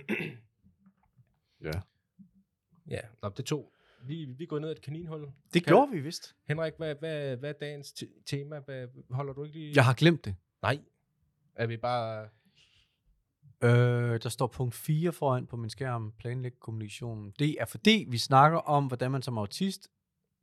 Ja. Ja, nå, det tog. Vi er gået ned ad et kaninhul. Det gjorde vi vist. Henrik, hvad er dagens tema? Holder du ikke lige? Jeg har glemt det. Nej. Er vi bare... Der står punkt 4 foran på min skærm, planlægge kommunikationen. Det er fordi, vi snakker om, hvordan man som autist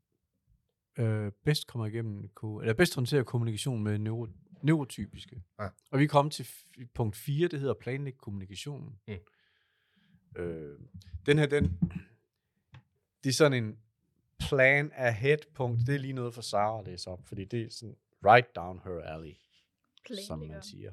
bedst kommer igennem, eller bedst håndterer kommunikation med neurotypiske. Ja. Og vi er kommet til punkt 4, det hedder planlægge kommunikationen. Mm. Den her, det er sådan en plan ahead punkt. Det er lige noget for Sara at læse op, fordi det er sådan right down her alley, som man siger.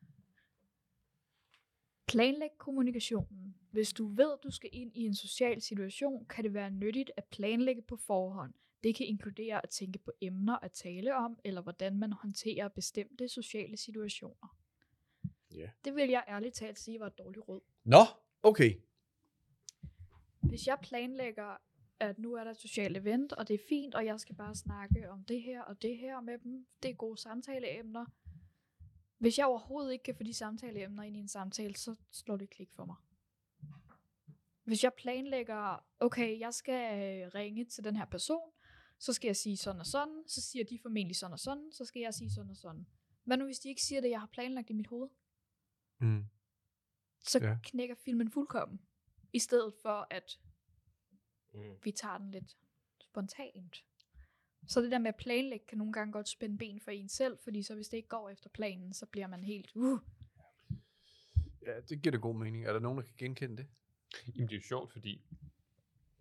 Planlæg kommunikationen. Hvis du ved, du skal ind i en social situation, kan det være nyttigt at planlægge på forhånd. Det kan inkludere at tænke på emner at tale om, eller hvordan man håndterer bestemte sociale situationer. Ja. Det vil jeg ærligt talt sige var et dårligt råd. Nå, okay. Hvis jeg planlægger, at nu er der et socialt event, og det er fint, og jeg skal bare snakke om det her og det her med dem, det er gode samtaleemner. Hvis jeg overhovedet ikke kan få de samtaleemner ind i en samtale, så slår det klik for mig. Hvis jeg planlægger, okay, jeg skal ringe til den her person, så skal jeg sige sådan og sådan, så siger de formentlig sådan og sådan, så skal jeg sige sådan og sådan. Hvad nu hvis de ikke siger det, jeg har planlagt i mit hoved? Mm. Så knækker filmen fuldkommen. I stedet for, at vi tager den lidt spontant. Så det der med at planlægge kan nogle gange godt spænde ben for en selv, fordi så hvis det ikke går efter planen, så bliver man helt Ja, det giver da god mening. Er der nogen, der kan genkende det? Jamen, det er jo sjovt, fordi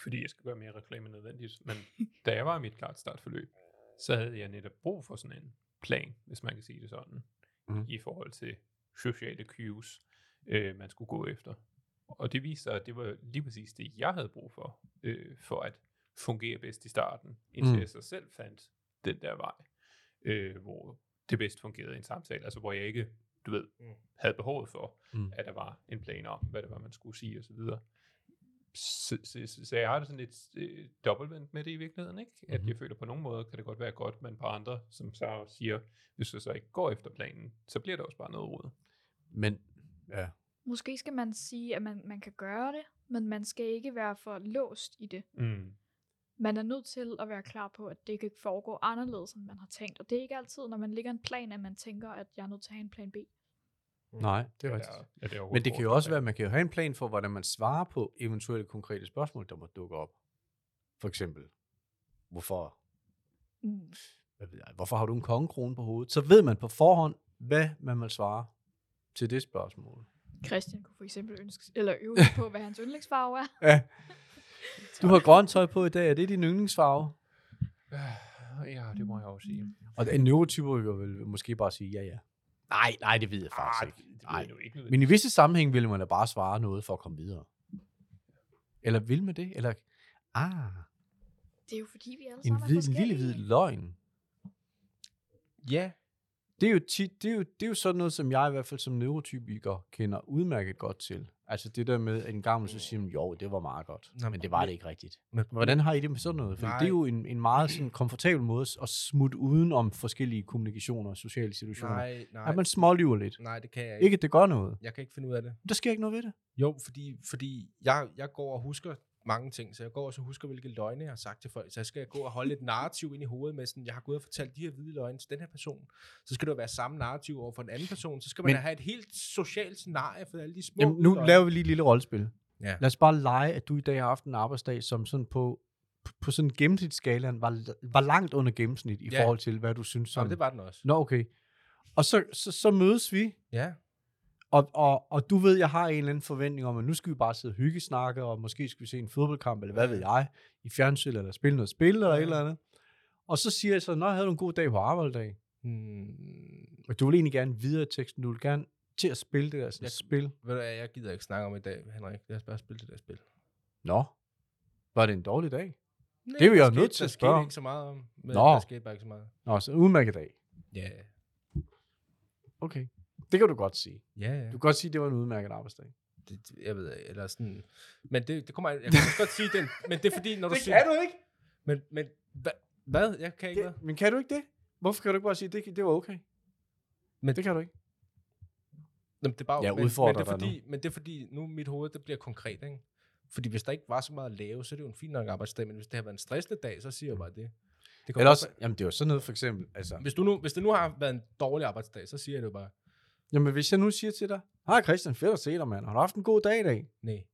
fordi jeg skal gøre mere reklame nødvendigt, men da jeg var i mit klart startforløb, så havde jeg netop brug for sådan en plan, hvis man kan sige det sådan, i forhold til sociale cues, man skulle gå efter. Og det viste sig, at det var lige præcis det, jeg havde brug for at fungere bedst i starten, indtil jeg så selv fandt den der vej, hvor det bedst fungerede i en samtale, altså hvor jeg ikke, du ved, havde behovet for, at der var en plan om, hvad det var, man skulle sige osv. Så jeg har det sådan lidt dobbeltvendt med det i virkeligheden, ikke? At jeg føler på nogle måder, kan det godt være godt, men på andre, som så siger, hvis du så ikke går efter planen, så bliver det også bare noget rod. Men, ja. Måske skal man sige, at man kan gøre det, men man skal ikke være for låst i det. Man er nødt til at være klar på, at det kan foregå anderledes, end man har tænkt. Og det er ikke altid, når man lægger en plan, at man tænker, at jeg er nødt til at have en plan B. Nej, det er rigtigt. Men det kan jo også være, at man kan jo have en plan for, hvordan man svarer på eventuelle konkrete spørgsmål, der må dukke op. For eksempel, hvorfor har du en kongekrone på hovedet? Så ved man på forhånd, hvad man vil svare til det spørgsmål. Christian kunne for eksempel øve på, hvad hans yndlingsfarve er. Ja. Du har grønt tøj på i dag. Er det din yndlingsfarve? Ja, det må jeg også sige. Og en neurotyper vil måske bare sige ja. Nej, det ved jeg faktisk ikke. Det ved jeg ikke. Men i visse sammenhæng vil man da bare svare noget for at komme videre. Eller vil man det? Eller Det er jo fordi, vi alle sammen er en forskellige. lille hvid løgn. Ja. Det er jo sådan noget, som jeg i hvert fald som neurotypiker kender udmærket godt til. Altså det der med, at en gammel så siger, jo, det var meget godt. Men det var det ikke rigtigt. Men hvordan har I det med sådan noget? For det er jo en meget sådan komfortabel måde at smutte uden om forskellige kommunikationer og sociale situationer. Nej. At man smålyver lidt. Nej, det kan jeg ikke. Ikke, at det gør noget. Jeg kan ikke finde ud af det. Der sker ikke noget ved det. Jo, fordi jeg går og husker mange ting, så jeg går også og husker, hvilke løgne jeg har sagt til folk. Så jeg skal gå og holde et narrativ ind i hovedet med sådan, jeg har gået og fortalt de her hvide løgne til den her person. Så skal det jo være samme narrativ over for en anden person. Så skal man have et helt socialt scenarie for alle de små nu laver vi lige et lille rollespil. Ja. Lad os bare lege, at du i dag har haft en arbejdsdag, som sådan på sådan gennemsnitsskalaen var langt under gennemsnit i forhold til, hvad du synes. Jamen, det var den også. Nå, okay. Og så mødes vi. Ja. Og du ved, jeg har en eller anden forventning om, at nu skal vi bare sidde og hyggesnakke, og måske skal vi se en fodboldkamp, eller hvad ved jeg, i fjernsyn, eller spille noget spil, eller et eller andet. Og så siger jeg så, nå, havde du en god dag på arbejdsdag? Og du vil egentlig gerne videre i teksten, du vil gerne til at spille det der sådan spil. Ved du, jeg gider ikke snakke om i dag, Henrik. Lad os bare spille det der spil. Nå, var det en dårlig dag? Nej, det er vi jo nødt til at spørge. Der skete ikke så meget om. Men Nå. Der skete bare ikke så meget. Nå, så en udmærket dag. Ja. Okay, det kan du godt sige. Ja. Du kan godt sige, at det var en udmærket arbejdsdag. Jeg ved ikke, eller sådan. Men det kommer jeg kan godt sige den. Men det er fordi, når du siger... Det kan du ikke. Men hvad? Jeg kan ikke hvad? Men kan du ikke det? Hvorfor kan du ikke bare sige, at det var okay? Men det kan du ikke. Jamen, det er bare, jeg udfordrer dig nu. Men det er fordi, nu mit hoved, det bliver konkret, ikke? Fordi hvis der ikke var så meget at lave, så er det jo en fin nok arbejdsdag, men hvis det har været en stressende dag, så siger jeg bare det. Eller også, jamen det er jo sådan noget for eksempel, altså. Hvis det nu har været en dårlig arbejdsdag, så siger jeg det jo bare. Jamen hvis jeg nu siger til dig, hej Christian, fedt at se dig, mand. Har du haft en god dag i dag? Nej.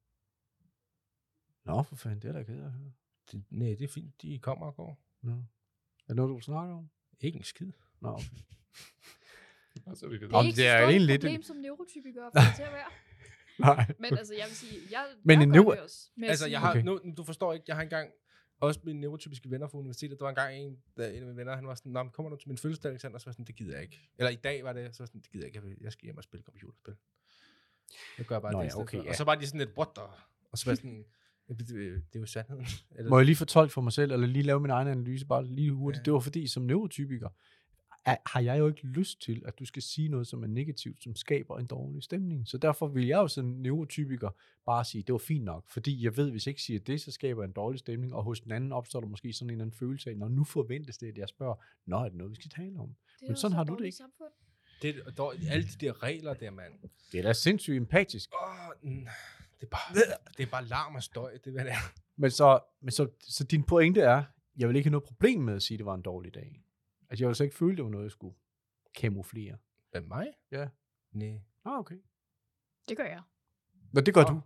Nå, for fanden, det er da ked at høre. Nej, det er fint, de kommer og går. Nå. Er det noget, du snakker om? Ikke en skid. Nå, okay. Altså, vi det er ikke så stort et problem, som neurotypikere får til at være. Nej. Men altså, jeg vil sige, jeg gør det også. Altså, jeg har, du forstår ikke, jeg har engang, også mine neurotypiske venner fra universitetet, der var engang en af mine venner, han var sådan, nå, kommer du til min fødselsdag, Alexander? Så var sådan, det gider jeg ikke. Eller i dag var det, så var sådan, det gider jeg ikke, jeg skal hjem og spille computerspil. Jeg gør bare det i stedet for. Og så var de sådan lidt, what the? Og så var sådan, det er jo sandheden. Må jeg lige fortolke for mig selv, eller lige lave min egen analyse, bare lige hurtigt. Ja. Det var fordi, som neurotypiker, har jeg jo ikke lyst til, at du skal sige noget, som er negativt, som skaber en dårlig stemning. Så derfor vil jeg jo som neurotypiker bare sige, det var fint nok, fordi jeg ved, hvis jeg ikke siger det, så skaber en dårlig stemning, og hos den anden opstår der måske sådan en eller anden følelse af, når nu forventes det, at jeg spørger, nå, er det noget, vi skal tale om? Men sådan har du det ikke. Samfund. Det er alle de der regler der, mand. Det er da sindssygt empatisk. Det er bare larm og støj, det hvad det er. Men så din pointe er, jeg vil ikke have noget problem med at sige, at det var en dårlig dag. Altså, jeg ville så ikke føle, det var noget, jeg skulle kamuflere. Med mig? Ja. Nej. Okay. Det gør jeg. Nå, det gør du.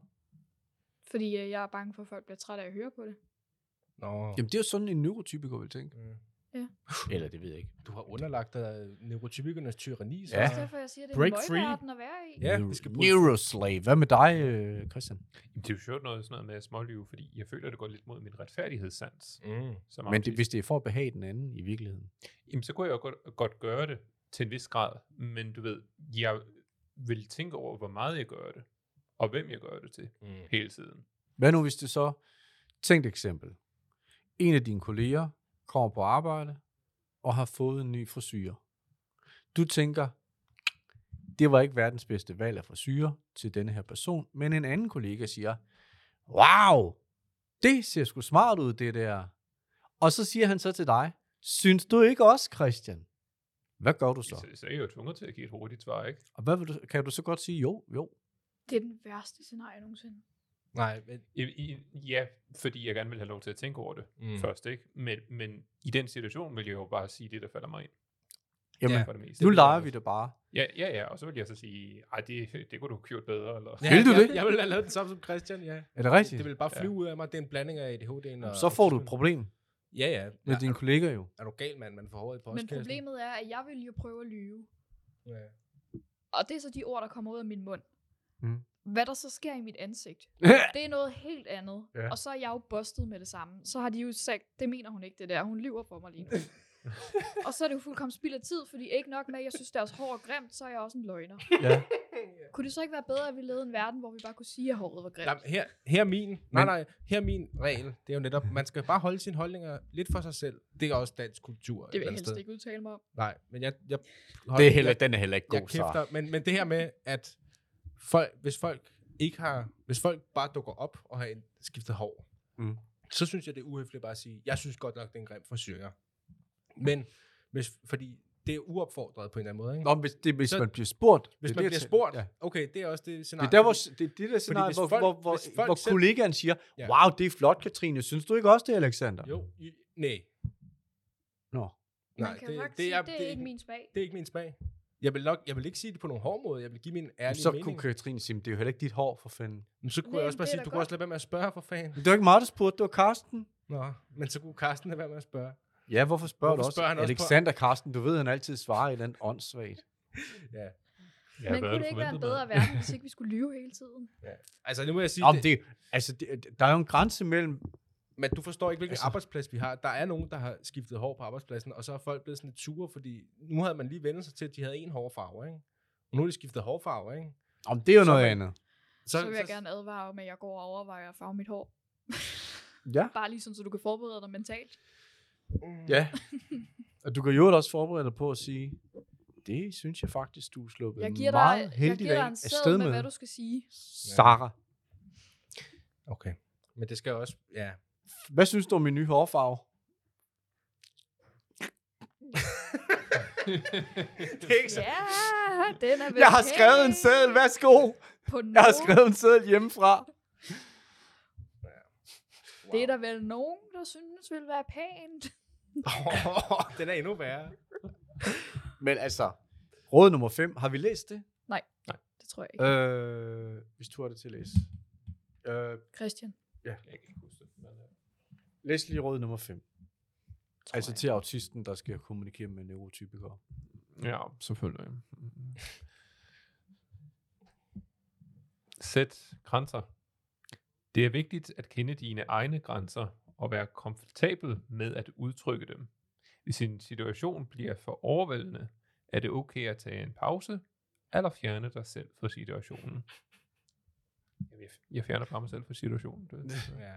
Fordi jeg er bange for, at folk bliver trætte af at høre på det. Nå. Jamen, det er jo sådan, en neurotypiker vil tænke. Ja. Eller det ved jeg ikke. Du har underlagt dig neurotypikernes tyranni. Så Ja. Det er derfor, jeg siger, det er Break en free. møgverden at være i. Ja, vi skal bruge Neuroslave. Hvad med dig, Christian? Jamen, det er jo sjovt noget, sådan noget med smålyve, fordi jeg føler, det går lidt mod min retfærdighedssans. Som Men hvis det er for at behage den anden i virkeligheden. Jamen, så kunne jeg jo godt gøre det til en vis grad, men du ved, jeg vil tænke over, hvor meget jeg gør det, og hvem jeg gør det til hele tiden. Hvad nu, hvis det så... Tænk et eksempel. En af dine kolleger kommer på arbejde og har fået en ny frisyr. Du tænker, det var ikke verdens bedste valg af frisyr til denne her person, men en anden kollega siger, wow, det ser sgu smart ud, det der. Og så siger han så til dig, synes du ikke også, Christian? Hvad gør du så? Så er jeg jo tvunget til at give et hurtigt svar, ikke? Og hvad vil du, kan du så godt sige, jo? Det er den værste scenarie nogensinde. Nej, men... Ja, fordi jeg gerne vil have lov til at tænke over det først, ikke? Men i den situation vil jeg jo bare sige det, der falder mig ind. Jamen, Ja, for det meste. nu leger vi det bare. Ja, og så vil jeg så sige, ej, det kunne du have gjort bedre, eller... Ja, Vil du det? Jeg ville have lavet det samme som Christian, ja. Er det rigtigt? Det vil bare flyve ud af mig. Det er en blanding af ADHD'en og... Så får du et problem Ja. med dine kolleger jo. Er du gal, mand? Man får håret i Men postkassen. problemet er, at jeg vil jo prøve at lyve. Ja. Og det er så de ord, der kommer ud af min mund. Mm. Hvad der så sker i mit ansigt, det er noget helt andet. Ja. Og så er jeg jo bustet med det samme. Så har de jo sagt, det mener hun ikke det der. Hun lyver for mig lige nu. Og så er det jo fuldkommen spild af tid, fordi ikke nok med, at jeg synes, deres hår er grimt, så er jeg også en løgner. Ja. Kunne det så ikke være bedre, at vi levede en verden, hvor vi bare kunne sige, at håret var grimt? Jamen, her er min... her er min regel. Det er jo netop, man skal bare holde sine holdninger lidt for sig selv. Det er også dansk kultur. Det vil jeg helst ikke udtale mig om. Nej, men jeg Den er heller ikke jeg god, så. kæfter, men det her med, at hvis folk bare dukker op og har skiftet hår, så synes jeg, det er uhøfligt bare at sige, jeg synes godt nok, det er en grim frisyr. Men fordi det er uopfordret på en eller anden måde, ikke? Nå, hvis man bliver spurgt. Hvis man bliver spurgt, okay, det er også det scenarie. Det er det der scenarie, hvis folk hvor selv- kollegaen siger, Ja. wow, det er flot, Katrine. Synes du ikke også det, Alexander? Jo, nej. Nå. Man kan jo faktisk sige, det er ikke min smag. Det er ikke min smag. Jeg vil ikke sige det på nogen hård måde. Jeg vil give min ærlige Så mening. kunne Katrine sige, det er jo heller ikke dit hår, for fanden. Men så kunne Nej, jeg også bare det er sige, da du kunne godt. også lade være med at spørge, for fanden. Det var ikke mig, der spurgte, det var Karsten. Nå, men så kunne Karsten lade være med at spørge. Ja, hvorfor spørger Hvorfor du også? spørger han også Alexander Karsten, du ved, han altid svarer i den åndssvagt. Ja. Ja, Men hvad kunne havde det du ikke være en forventet bedre mig? verden, hvis ikke vi skulle lyve hele tiden? Altså, nu må jeg sige, Om der er jo en grænse mellem... men du forstår ikke, hvilken Altså- arbejdsplads vi har. Der er nogen, der har skiftet hår på arbejdspladsen, og så er folk blevet sådan lidt sure, fordi nu havde man lige vendt sig til, at de havde en hårfarve, ikke? Og nu har de skiftet hårfarve, ikke? Om det er jo Så noget man- andet. Så vil jeg gerne advare om, at jeg går og overvejer at farve mit hår. Ja. Bare lige sådan, så du kan forberede dig mentalt. Ja. Og du kan jo også forberede dig på at sige, det synes jeg faktisk, du er sluppet Jeg giver meget dig, heldigt af en sted sæd med, med. hvad du skal sige. Sarah, Okay. Men det skal også, ja. hvad synes du om min nye hårfarve? Det er ikke så... Ja, den er vel Jeg har pæn. skrevet en seddel, værsgo. På Jeg har nogen. skrevet en seddel hjemmefra. Det er der vel nogen, der synes vil være pænt. Den er endnu værre. Men altså, råd nummer 5, har vi læst det? Det tror jeg ikke. Hvis du har det til at læse. Christian. Jeg kan ikke huske det. Men, Læs lige råd nummer 5. Tror Altså jeg. til autisten, der skal kommunikere med neurotypikere. ja, selvfølgelig. Sæt grænser. Det er vigtigt at kende dine egne grænser og være komfortabel med at udtrykke dem. Hvis en situation bliver for overvældende, er det okay at tage en pause eller fjerne dig selv fra situationen. Jeg fjerner bare mig selv fra situationen. Ja.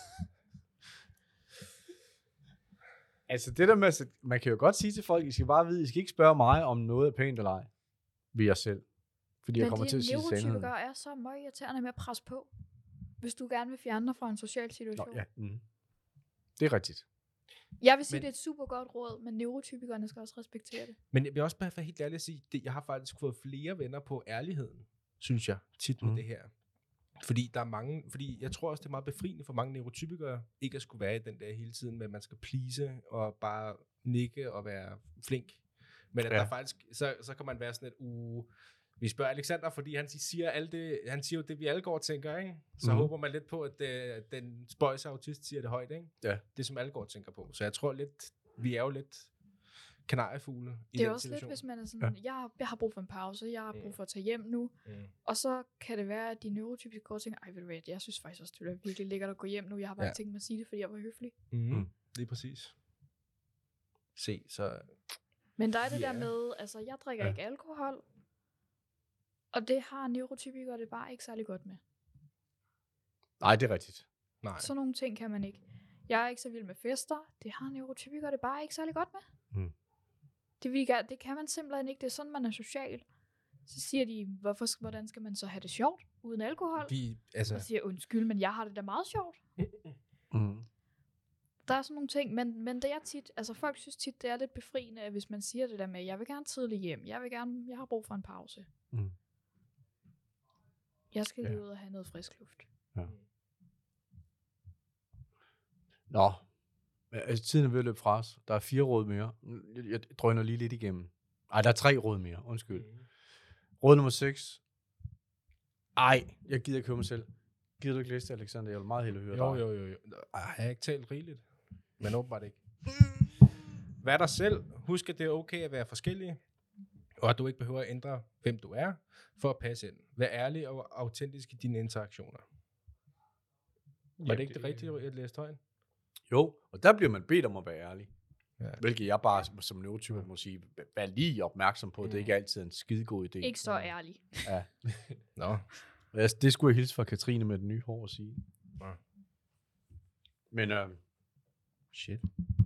Altså det der med, man kan jo godt sige til folk, I skal bare vide, I skal ikke spørge mig, om noget er pænt eller ej. Ved jer selv. Fordi jeg kommer til at sige sandheden. neurotypikere er så meget irriterende med at presse på, hvis du gerne vil fjerne dig fra en social situation. Nå, ja. Det er rigtigt. Jeg vil sige, Men- det er et super godt råd, men neurotypikerne skal også respektere det. Men jeg vil også bare være helt ærlig at sige, jeg har faktisk fået flere venner på ærligheden, synes jeg, tit med det her. Fordi der er mange, fordi jeg tror også, det er meget befriende for mange neurotypikere, ikke at skulle være i den der hele tiden med, at man skal please og bare nikke og være flink. Men at der faktisk, så kan man være sådan et, vi spørger Alexander, fordi han siger jo det, vi alle går og tænker, ikke? Så håber man lidt på, at den spøjs autist siger det højt, ikke? Ja. Det, som alle går og tænker på. Så jeg tror lidt, vi er jo lidt kanariefugle i Det er den også situation. lidt, hvis man er sådan, jeg har brug for en pause, jeg har brug for at tage hjem nu, og så kan det være, at de neurotypiske går og tænker, ej, ved du hvad, jeg synes faktisk også, det er virkelig lækkert at gå hjem nu, jeg har bare ikke tænkt mig at sige det, fordi jeg var høflig. Lige præcis. Så... Men der er det der med, altså jeg drikker ikke alkohol, og det har neurotypikere det bare ikke særlig godt med. Nej, det er rigtigt. Nej. Sådan nogle ting kan man ikke. Jeg er ikke så vild med fester, det har neurotypikere det bare ikke særlig godt med. Det kan man simpelthen ikke, det er sådan, man er social. Så siger de, hvordan skal man så have det sjovt uden alkohol? Og siger, undskyld, men jeg har det da meget sjovt. Der er sådan nogle ting, men det er tit, altså folk synes tit, det er lidt befriende, hvis man siger det der med, jeg vil gerne tidligt hjem, jeg har brug for en pause. Jeg skal lige ud og have noget frisk luft. Ja. Nå, tiden er ved at løbe fra os. Der er 4 råd mere. Jeg drøner lige lidt igennem. Ej, der er 3 råd mere, undskyld. Råd nummer 6. Ej, jeg gider ikke høre mig selv. Gider du ikke læse det, Alexander? Jeg vil meget hellere høre dig. Jo. Har jeg ikke talt rigeligt? Men åbenbart ikke. Vær dig selv. Husk, at det er okay at være forskellige. Og at du ikke behøver at ændre, hvem du er, for at passe ind. Vær ærlig og autentisk i dine interaktioner. Var det ikke det rigtige, jeg læste højt? Jo, og der bliver man bedt om at være ærlig. Ja. Hvilket jeg bare som neurotyper må sige, vær lige opmærksom på, at det ikke altid er en skidegod idé. Ikke så ærlig. Ja. Nå. Det skulle jeg hilse fra Katrine med den nye hår at sige. Ja. Men Shit.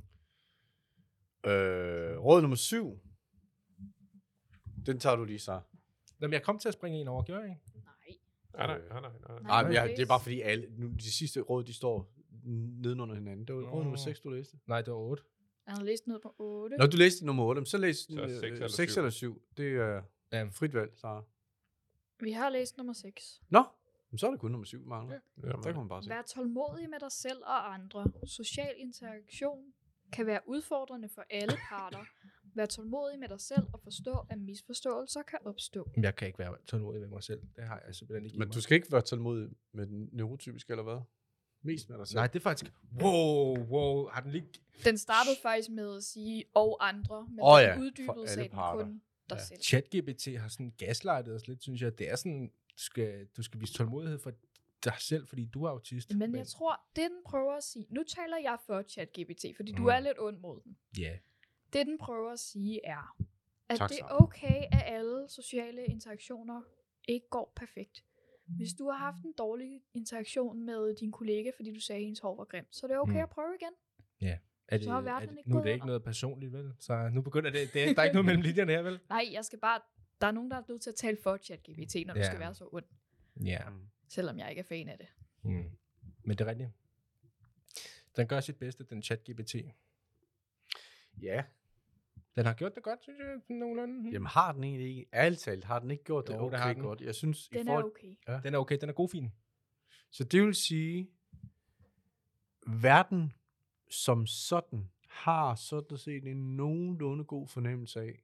Råd nummer 7. Den tager du lige så. Jamen, jeg kom til at springe en over, gjorde jeg ikke? Nej. Nej, men det er bare fordi de sidste råd, de står nedenunder hinanden. Det var råd nummer 6, du læste. Nej, det var 8. Jeg har læst noget på 8. Når du læste nummer 8, så læs 6 eller 7. 7. Det er frit valg, så. Vi har læst nummer 6. Nå, så er det kun nummer 7, mangler. Ja. Der kan man bare se. Vær tålmodig med dig selv og andre. Social interaktion kan være udfordrende for alle parter. Vær tålmodig med dig selv og forstå, at misforståelser kan opstå. Jeg kan ikke være tålmodig med mig selv. Det har jeg simpelthen ikke. Men du skal ikke være tålmodig med den neurotypiske, eller hvad? Mest med dig selv. Nej, det er faktisk... Wow. Har den lige... Den startede faktisk med at sige, og andre, men den uddybede sig kun dig selv. ChatGPT har sådan gaslightet os lidt, synes jeg. Det er sådan, du skal vise tålmodighed for dig selv, fordi du er autist. Men jeg tror, det den prøver at sige... Nu taler jeg for ChatGPT, fordi du er lidt ond mod den. Ja. Yeah. Det den prøver at sige er, at Tak, det er okay, at alle sociale interaktioner ikke går perfekt. Hvis du har haft en dårlig interaktion med din kollega, fordi du sagde, at hendes hår var grimt, så er det okay at prøve igen. Ja. Så har verden ikke nu er gået det ikke under. noget personligt, vel? Så nu begynder det der er ikke noget mellem linjerne her, vel? Nej, der er nogen, der er nødt til at tale for ChatGPT, når du skal være så ond. Ja. Selvom jeg ikke er fan af det. Men det er rigtigt. Den gør sit bedste, den ChatGPT. Ja. Den har gjort det godt, synes jeg, nogenlunde. Jamen har den egentlig ikke? Ærligt talt, har den ikke gjort det Jo, okay det har den. godt? Jeg synes, Den er okay. Ja. Den er okay, den er god fin. Så det vil sige, verden som sådan har sådan set en nogenlunde god fornemmelse af,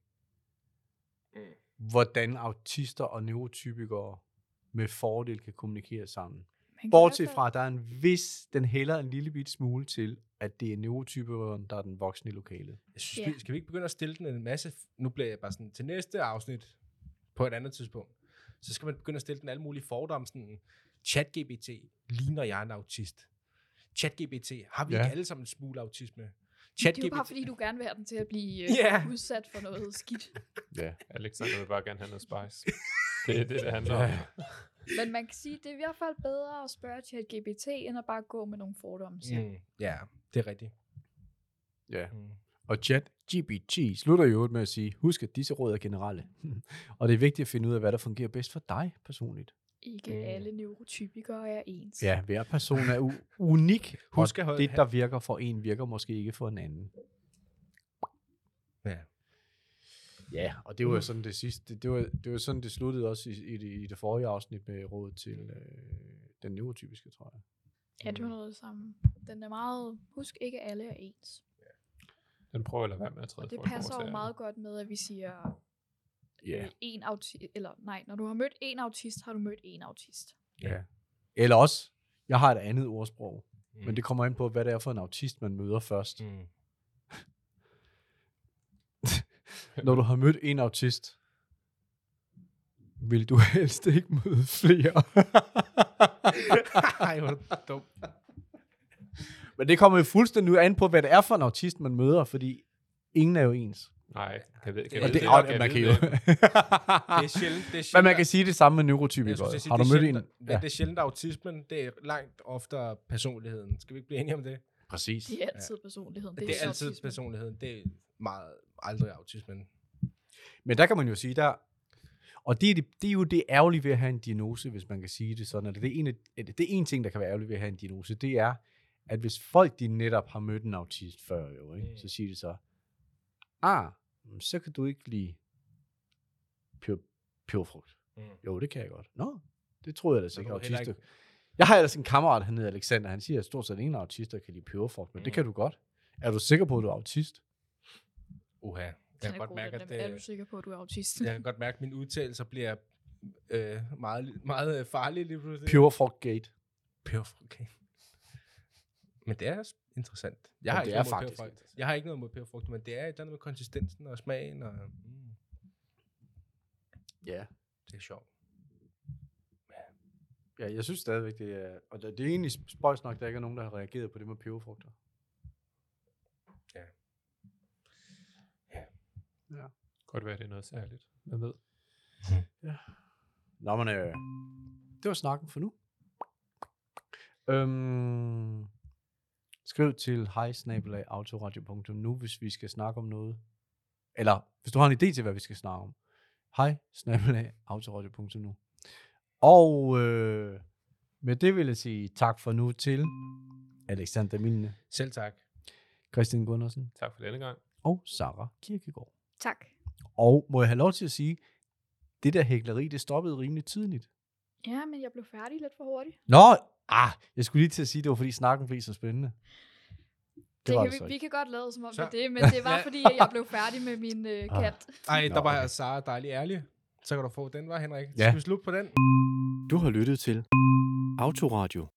hvordan autister og neurotypikere med fordel kan kommunikere sammen. Bortset fra, at der er den hælder en lille bit smule til, at det er neurotypikeren, der er den voksne i lokalet. Jeg synes, skal vi ikke begynde at stille den en masse... Nu bliver jeg bare sådan, til næste afsnit, på et andet tidspunkt, så skal man begynde at stille den alle mulige fordomme, sådan, ChatGPT, ligner jeg en autist? ChatGPT, har vi ikke alle sammen en smule autisme? Det er jo bare fordi, du gerne vil have den til at blive udsat for noget skidt. Ja. Alexander vil bare gerne have noget spice. Det er det handler om. Men man kan sige, det er i hvert fald bedre at spørge ChatGPT, end at bare gå med nogle fordomme selv. Ja, det er rigtigt. Ja. Og ChatGPT slutter jo med at sige, husk at disse råd er generelle. Og det er vigtigt at finde ud af, hvad der fungerer bedst for dig personligt. Ikke alle neurotypikere er ens. Ja, hver person er unik, Husk og det, der virker for en, virker måske ikke for en anden. Ja. Ja, og det var jo sådan det sidste. Det var sådan, det sluttede også i det forrige afsnit med råd til den neurotypiske, tror jeg. Ja, det var noget af det samme. Den er meget, husk ikke alle er ens. Den prøver at lade være med at træde Og det folk passer over jo meget godt med, at vi siger, Ja. en autist, eller nej, når du har mødt en autist, har du mødt en autist. Ja. Eller også, jeg har et andet ordsprog, men det kommer ind på, hvad det er for en autist, man møder først. Når du har mødt en autist, vil du helst ikke møde flere? Ej, hvor er du dum. Men det kommer jo fuldstændig an på, hvad det er for en autist, man møder, fordi ingen er jo ens. Nej, jeg ved ikke. Og det, man kan jo. Det er sjældent. Men man kan sige det samme med Jeg neurotypikere. skulle til at sige, Har du det er mødt en? sjældent- Ja, det er sjældent autismen. Det er langt oftere personligheden. Skal vi ikke blive enige om det? Præcis. Det er altid personligheden. Det er ikke altid autisme. personligheden. Det er meget aldrig autismen. Men der kan man jo sige, og det er jo det ærgerlige ved at have en diagnose, hvis man kan sige det sådan. Det er en ting, der kan være ærgerligt ved at have en diagnose, det er, at hvis folk de netop har mødt en autist før, jo, ikke, så siger de så, så kan du ikke lide peberfrugt. Jo, det kan jeg godt. Nå, det troede jeg da sikkert autister. Jeg har ellers en kammerat, han hedder Alexander, han siger, at stort set ingen autister kan lide peberfrugt, men det kan du godt. Er du sikker på, at du er autist? Jeg kan godt mærke, at Er du sikker på, at du er autist? jeg kan godt mærke, at mine udtalelser bliver meget, meget farlige lige pludselig. Peberfrugt-gate. Peberfrugt. Men det er interessant. Det er faktisk Jeg har ikke noget mod peberfrugt, men det er et eller andet med konsistensen og smagen. Og, Ja. det er sjovt. Ja, jeg synes stadigvæk, det er... Og det er egentlig spøjs nok, der ikke er nogen, der har reageret på det med peberfrugter. Ja. Godt være, det er noget særligt. Hvem ved? Ja. Nå, men det var snakken for nu. Skriv til hej@autoradio.nu, hvis vi skal snakke om noget. Eller hvis du har en idé til, hvad vi skal snakke om. hej@autoradio.nu. Og med det vil jeg sige tak for nu til Alexander Milne, Selv tak. Christian Gundersen Tak for denne gang. og Sarah Kirkegaard. Tak. Og må jeg have lov til at sige, det der hækleri, det stoppede rimelig tidligt. Ja, men jeg blev færdig lidt for hurtigt. Nå, jeg skulle lige til at sige, det var fordi snakken blev så spændende. Det var det så Vi ikke. kan godt lade som om Så- det er det, men det var fordi, at jeg blev færdig med min kat. Ej, der var okay. Sara dejlig ærlig. Så kan du få den, var Henrik? Ja. Skal vi slutte på den? Du har lyttet til Autoradio